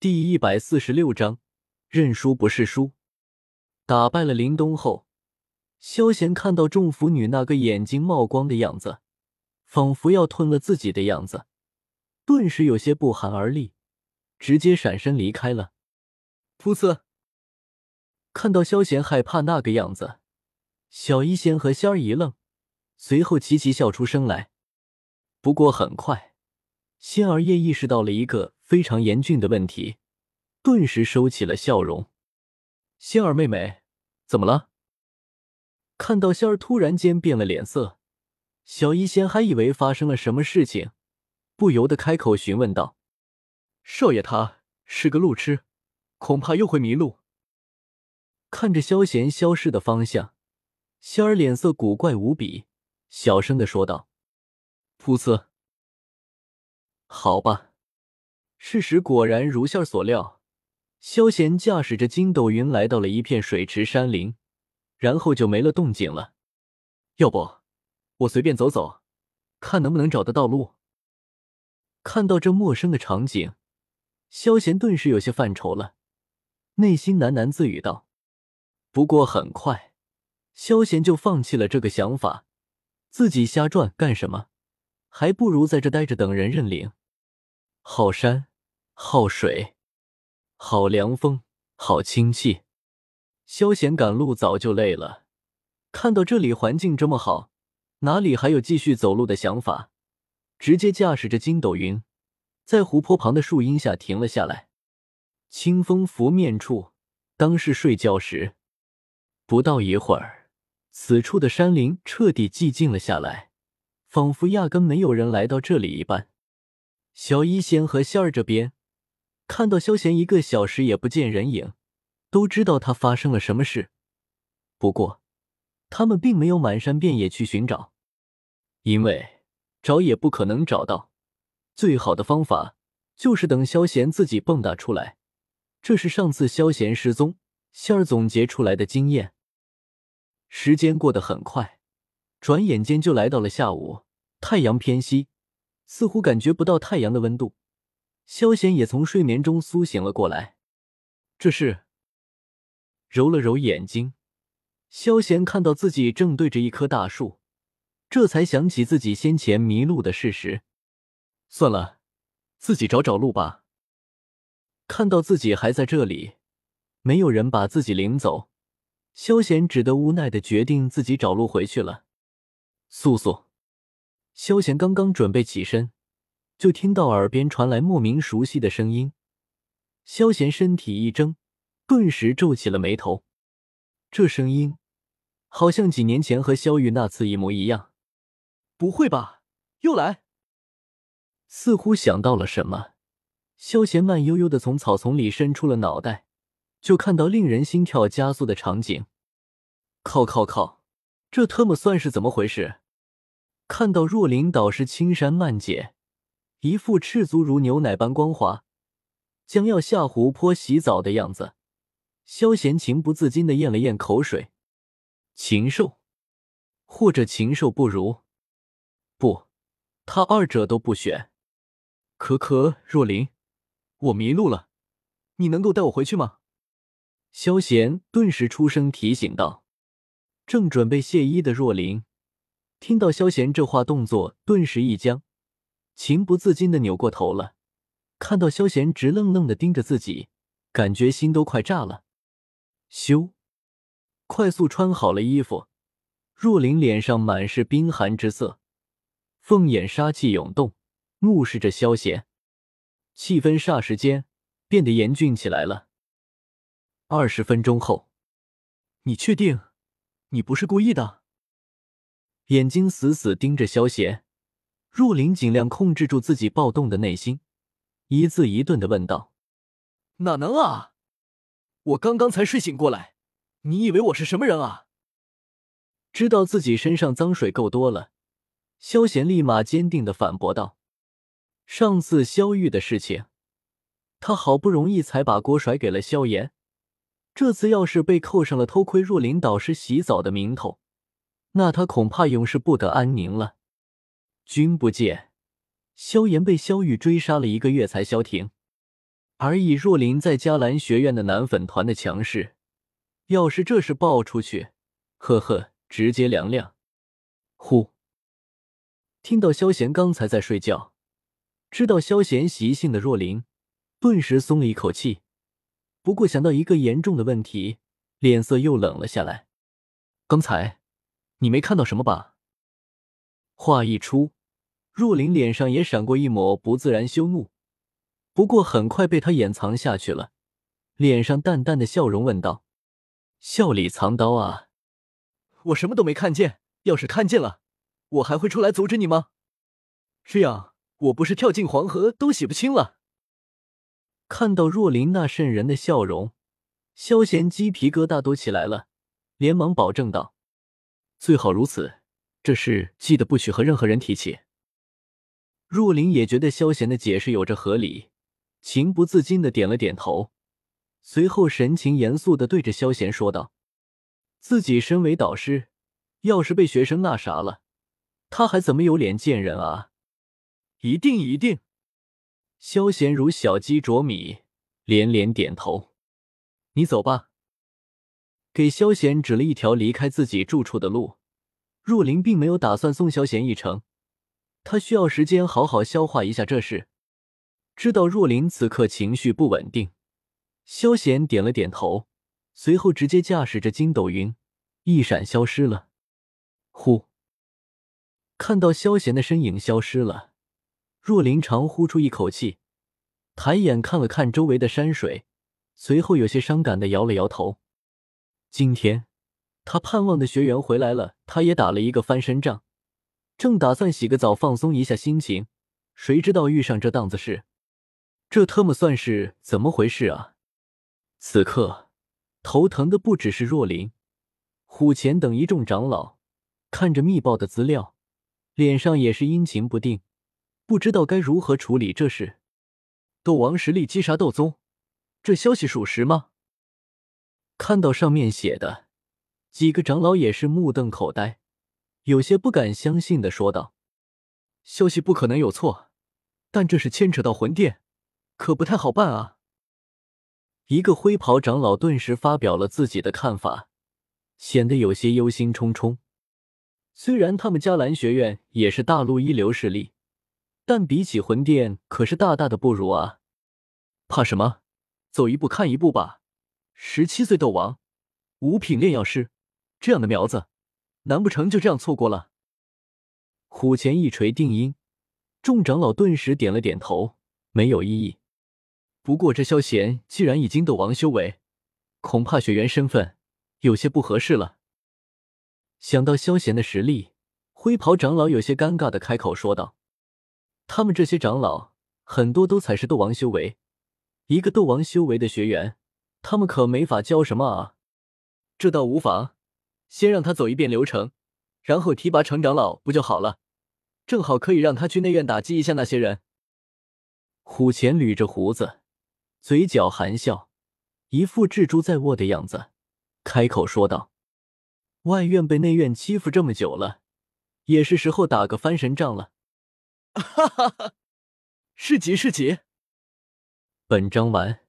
第146章，认输不是输。打败了林东后，萧贤看到众腐女那个眼睛冒光的样子，仿佛要吞了自己的样子，顿时有些不寒而栗，直接闪身离开了。噗呲！看到萧贤害怕那个样子，小医仙和仙儿一愣，随后齐齐笑出声来。不过很快，仙儿也意识到了一个非常严峻的问题，顿时收起了笑容。仙儿妹妹，怎么了？看到仙儿突然间变了脸色，小医仙还以为发生了什么事情，不由得开口询问道：少爷他是个路痴，恐怕又会迷路。看着萧贤消失的方向，仙儿脸色古怪无比，小声地说道：噗呲。好吧。事实果然如仙儿所料，萧贤驾驶着筋斗云来到了一片水池山林，然后就没了动静了。要不我随便走走，看能不能找得到路。看到这陌生的场景，萧贤顿时有些犯愁了，内心喃喃自语道。不过很快，萧贤就放弃了这个想法，自己瞎转干什么，还不如在这待着等人认领。好山，好水，好凉风，好清气。萧贤赶路早就累了，看到这里环境这么好，哪里还有继续走路的想法，直接驾驶着筋斗云，在湖泊旁的树荫下停了下来。清风拂面处，当是睡觉时。不到一会儿，此处的山林彻底寂静了下来，仿佛压根没有人来到这里一般。小医仙和仙儿这边看到萧贤1个小时也不见人影，都知道他发生了什么事。不过他们并没有满山遍野去寻找，因为找也不可能找到，最好的方法就是等萧贤自己蹦跶出来，这是上次萧贤失踪仙儿总结出来的经验。时间过得很快，转眼间就来到了下午，太阳偏西，似乎感觉不到太阳的温度，萧贤也从睡眠中苏醒了过来。这是？揉了揉眼睛，萧贤看到自己正对着一棵大树，这才想起自己先前迷路的事实。算了，自己找找路吧。看到自己还在这里，没有人把自己领走，萧贤只得无奈地决定自己找路回去了。速速！萧贤刚刚准备起身，就听到耳边传来莫名熟悉的声音。萧贤身体一怔，顿时皱起了眉头。这声音好像几年前和萧玉那次一模一样。不会吧，又来！似乎想到了什么，萧贤慢悠悠地从草丛里伸出了脑袋，就看到令人心跳加速的场景。靠，这特么算是怎么回事？看到若琳导师青山漫解，一副赤足如牛奶般光滑，将要下湖泊洗澡的样子，萧贤情不自禁地咽了咽口水。禽兽，或者禽兽不如？不，他二者都不选。若琳，我迷路了，你能够带我回去吗？萧贤顿时出声提醒道。正准备卸衣的若琳听到萧贤这话，动作顿时一僵，情不自禁地扭过头了，看到萧贤直愣愣地盯着自己，感觉心都快炸了。咻！快速穿好了衣服，若琳脸上满是冰寒之色，凤眼杀气涌动，怒视着萧贤，气氛霎时间变得严峻起来了。20分钟后，你确定你不是故意的？眼睛死死盯着萧贤，若琳尽量控制住自己暴动的内心，一字一顿地问道。哪能啊，我刚刚才睡醒过来，你以为我是什么人啊？知道自己身上脏水够多了，萧贤立马坚定地反驳道。上次萧玉的事情，他好不容易才把锅甩给了萧炎，这次要是被扣上了偷窥若琳导师洗澡的名头，那他恐怕永世不得安宁了。君不见，萧炎被萧玉追杀了1个月才消停， 而以若琳在迦兰学院的男粉团的强势，要是这事爆出去，呵呵，直接凉凉。呼！听到萧贤刚才在睡觉，知道萧贤习性的若琳顿时松了一口气，不过想到一个严重的问题，脸色又冷了下来。刚才你没看到什么吧？话一出，若琳脸上也闪过一抹不自然羞怒，不过很快被她掩藏下去了，脸上淡淡的笑容问道：笑里藏刀啊？我什么都没看见，要是看见了，我还会出来阻止你吗？这样我不是跳进黄河都洗不清了。看到若琳那瘆人的笑容，萧贤鸡皮疙瘩都起来了，连忙保证道：最好如此，这事记得不许和任何人提起。若琳也觉得萧贤的解释有着合理，情不自禁地点了点头，随后神情严肃地对着萧贤说道：自己身为导师，要是被学生那啥了，他还怎么有脸见人啊？一定一定。萧贤如小鸡啄米，连连点头。你走吧。给萧贤指了一条离开自己住处的路。若琳并没有打算送萧贤一程，他需要时间好好消化一下这事。知道若琳此刻情绪不稳定，萧贤点了点头，随后直接驾驶着筋斗云一闪消失了。呼！看到萧贤的身影消失了，若琳长呼出一口气，抬眼看了看周围的山水，随后有些伤感地摇了摇头。今天他盼望的学员回来了，他也打了一个翻身仗，正打算洗个澡放松一下心情，谁知道遇上这档子事。这特么算是怎么回事啊？此刻头疼的不只是若琳，虎钳等一众长老看着密报的资料，脸上也是阴晴不定，不知道该如何处理这事。斗王实力击杀斗宗，这消息属实吗？看到上面写的，几个长老也是目瞪口呆，有些不敢相信地说道：消息不可能有错，但这是牵扯到魂殿，可不太好办啊。一个灰袍长老顿时发表了自己的看法，显得有些忧心忡忡。虽然他们迦兰学院也是大陆一流势力，但比起魂殿可是大大的不如啊。怕什么？走一步看一步吧。17岁斗王，五品炼药师，这样的苗子，难不成就这样错过了？虎钳一锤定音，众长老顿时点了点头，没有异议。不过这萧贤既然已经斗王修为，恐怕学员身份有些不合适了。想到萧贤的实力，灰袍长老有些尴尬地开口说道：他们这些长老很多都才是斗王修为，一个斗王修为的学员，他们可没法教什么啊。这倒无妨，先让他走一遍流程，然后提拔成长老不就好了？正好可以让他去内院打击一下那些人。虎钳捋着胡子，嘴角含笑，一副蜘蛛在握的样子，开口说道：外院被内院欺负这么久了，也是时候打个翻身仗了。哈哈哈，是急是急。本章完。